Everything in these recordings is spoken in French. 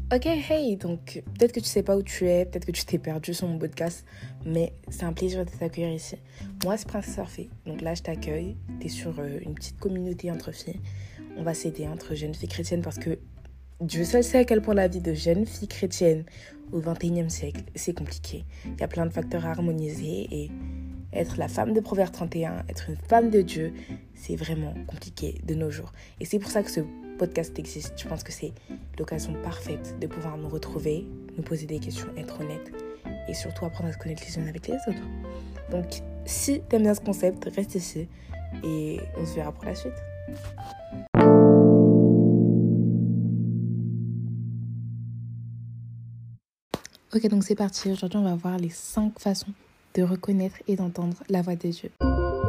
Ok, hey, donc peut-être que tu sais pas où tu es, peut-être que tu t'es perdu sur mon podcast, mais c'est un plaisir de t'accueillir ici. Moi, c'est Princesse Orphée, donc là je t'accueille, t'es sur une petite communauté entre filles. On va s'aider entre jeunes filles chrétiennes parce que Dieu seul sait à quel point la vie de jeunes filles chrétiennes au XXIe siècle, c'est compliqué. Il y a plein de facteurs à harmoniser et être la femme de Proverbe 31, être une femme de Dieu, c'est vraiment compliqué de nos jours. Et c'est pour ça que ce podcast existe. Je pense que c'est l'occasion parfaite de pouvoir nous retrouver, nous poser des questions, être honnête et surtout apprendre à se connaître les unes avec les autres. Donc, si t'aimes bien ce concept, reste ici et on se verra pour la suite. Ok, donc c'est parti. Aujourd'hui, on va voir les 5 façons de reconnaître et d'entendre la voix de Dieu.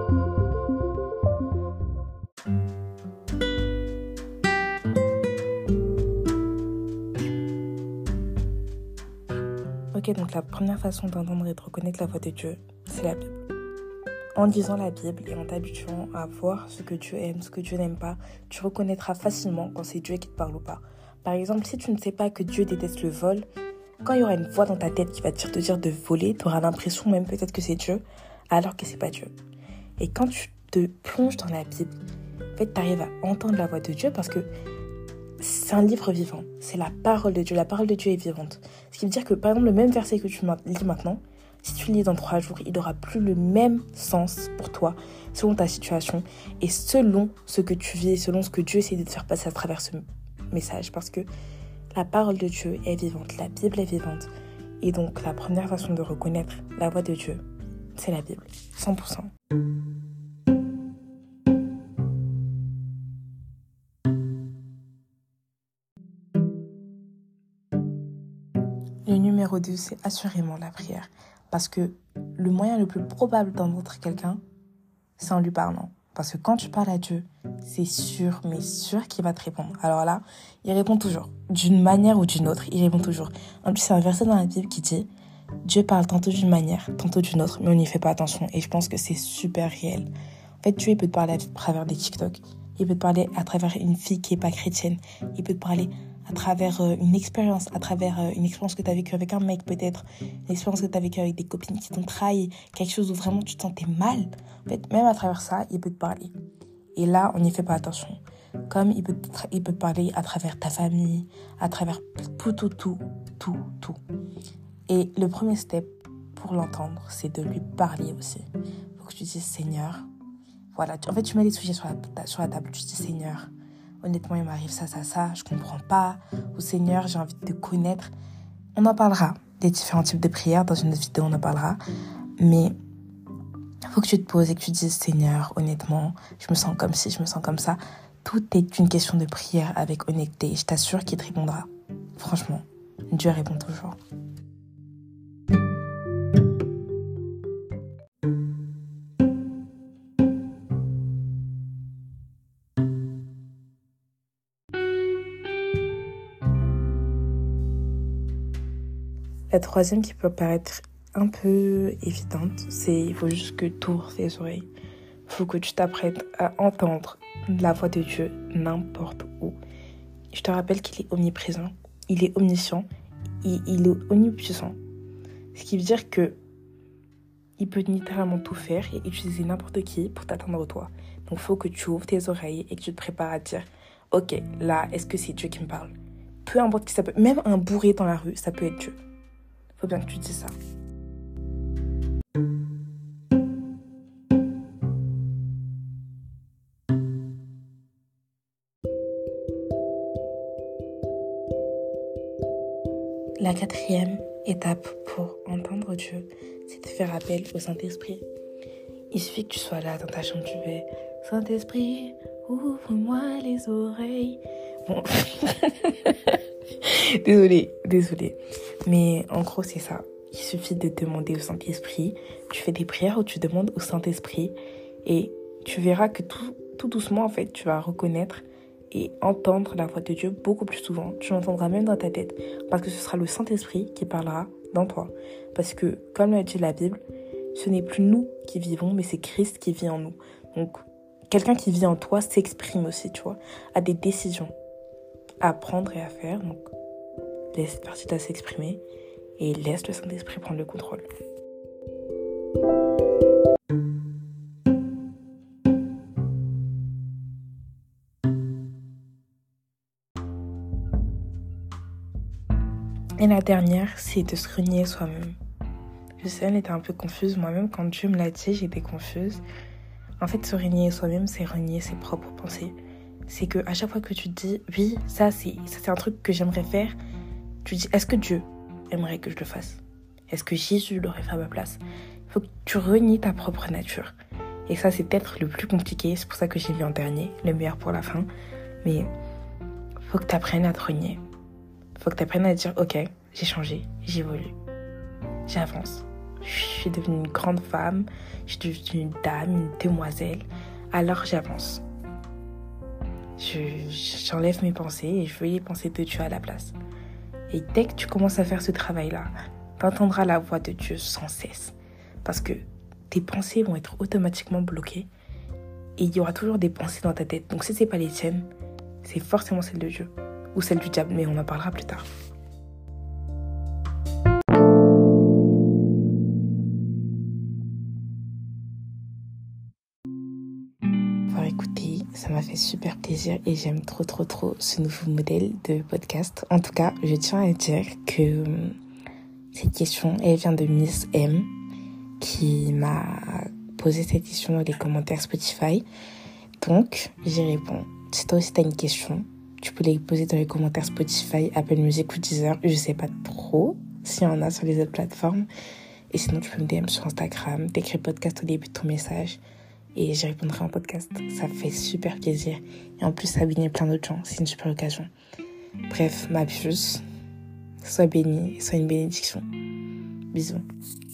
Ok, donc la première façon d'entendre et de reconnaître la voix de Dieu, c'est la Bible. En lisant la Bible et en t'habituant à voir ce que Dieu aime, ce que Dieu n'aime pas, tu reconnaîtras facilement quand c'est Dieu qui te parle ou pas. Par exemple, si tu ne sais pas que Dieu déteste le vol, quand il y aura une voix dans ta tête qui va te dire de voler, tu auras l'impression même peut-être que c'est Dieu, alors que c'est pas Dieu. Et quand tu te plonges dans la Bible, en fait, tu arrives à entendre la voix de Dieu parce que c'est un livre vivant. C'est la parole de Dieu. La parole de Dieu est vivante. Ce qui veut dire que, par exemple, le même verset que tu lis maintenant, si tu le lis dans 3 jours, il n'aura plus le même sens pour toi, selon ta situation et selon ce que tu vis et selon ce que Dieu essaie de te faire passer à travers ce message. Parce que la parole de Dieu est vivante, la Bible est vivante. Et donc, la première façon de reconnaître la voix de Dieu, c'est la Bible, 100%. Le numéro 2, c'est assurément la prière. Parce que le moyen le plus probable d'entendre quelqu'un, c'est en lui parlant. Parce que quand tu parles à Dieu, c'est sûr, mais sûr qu'il va te répondre. Alors là, il répond toujours. D'une manière ou d'une autre, il répond toujours. En plus, c'est un verset dans la Bible qui dit « Dieu parle tantôt d'une manière, tantôt d'une autre, mais on n'y fait pas attention. » Et je pense que c'est super réel. En fait, Dieu, il peut te parler à travers des TikTok. Il peut te parler à travers une fille qui n'est pas chrétienne. Il peut te parler à travers une expérience, à travers une expérience que tu as vécue avec un mec peut-être, une expérience que tu as vécue avec des copines qui t'ont trahi, quelque chose où vraiment tu te sentais mal. En fait, même à travers ça, il peut te parler. Et là, on n'y fait pas attention. Comme il peut te parler à travers ta famille, à travers tout. Et le premier step pour l'entendre, c'est de lui parler aussi. Il faut que tu dises Seigneur. Voilà, en fait, tu mets les sujets sur la table. Tu dis Seigneur, honnêtement, il m'arrive ça, je comprends pas. Ou Seigneur, j'ai envie de te connaître. On en parlera des différents types de prières. Dans une autre vidéo, on en parlera. Mais il faut que tu te poses et que tu dises Seigneur, honnêtement, je me sens comme ci, je me sens comme ça. Tout est une question de prière avec honnêteté. Je t'assure qu'il te répondra. Franchement, Dieu répond toujours. La troisième qui peut paraître un peu évidente, c'est il faut juste que tu ouvres tes oreilles. Il faut que tu t'apprêtes à entendre la voix de Dieu n'importe où. Je te rappelle qu'il est omniprésent, il est omniscient, il est omnipuissant. Ce qui veut dire que il peut littéralement tout faire et utiliser n'importe qui pour t'atteindre toi. Donc il faut que tu ouvres tes oreilles et que tu te prépares à dire « Ok, là, est-ce que c'est Dieu qui me parle ?» Peu importe qui ça peut, même un bourré dans la rue, ça peut être Dieu. Faut bien que tu dises ça. La 4e étape pour entendre Dieu, c'est de faire appel au Saint-Esprit. Il suffit que tu sois là dans ta chambre, tu fais « Saint-Esprit, ouvre-moi les oreilles ». Bon, désolée. Mais en gros, c'est ça. Il suffit de demander au Saint-Esprit. Tu fais des prières où tu demandes au Saint-Esprit et tu verras que tout doucement, en fait, tu vas reconnaître et entendre la voix de Dieu beaucoup plus souvent. Tu l'entendras même dans ta tête parce que ce sera le Saint-Esprit qui parlera dans toi. Parce que, comme l'a dit la Bible, ce n'est plus nous qui vivons, mais c'est Christ qui vit en nous. Donc, quelqu'un qui vit en toi s'exprime aussi, tu vois, a des décisions à prendre et à faire. Donc, laisse cette partie-là s'exprimer et laisse le Saint-Esprit prendre le contrôle. Et la dernière, c'est de se renier soi-même. Je sais, elle était un peu confuse. Moi-même, quand Dieu me l'a dit, j'étais confuse. En fait, se renier soi-même, c'est renier ses propres pensées. C'est qu'à chaque fois que tu te dis, oui, ça c'est un truc que j'aimerais faire, tu te dis, est-ce que Dieu aimerait que je le fasse? Est-ce que Jésus l'aurait fait à ma place? Il faut que tu renies ta propre nature. Et ça, c'est peut-être le plus compliqué. C'est pour ça que j'ai mis en dernier, le meilleur pour la fin. Mais il faut que tu apprennes à te renier. Il faut que tu apprennes à dire, ok, j'ai changé, j'évolue, j'avance. Je suis devenue une grande femme, je suis devenue une dame, une demoiselle. Alors j'avance. J'enlève mes pensées et je veux les pensées de Dieu à la place. Et dès que tu commences à faire ce travail-là, tu entendras la voix de Dieu sans cesse. Parce que tes pensées vont être automatiquement bloquées et il y aura toujours des pensées dans ta tête. Donc si ce n'est pas les tiennes, c'est forcément celle de Dieu ou celle du diable, mais on en parlera plus tard. Écoutez, ça m'a fait super plaisir et j'aime trop ce nouveau modèle de podcast. En tout cas, je tiens à dire que cette question, elle vient de Miss M qui m'a posé cette question dans les commentaires Spotify. Donc, j'y réponds. Si toi aussi t'as une question, tu peux les poser dans les commentaires Spotify, Apple Music ou Deezer. Je sais pas trop s'il y en a sur les autres plateformes. Et sinon, tu peux me DM sur Instagram, t'écris podcast au début de ton message. Et j'y répondrai en podcast. Ça fait super plaisir. Et en plus, ça a béni plein d'autres gens. C'est une super occasion. Bref, ma puce, sois bénie, sois une bénédiction. Bisous.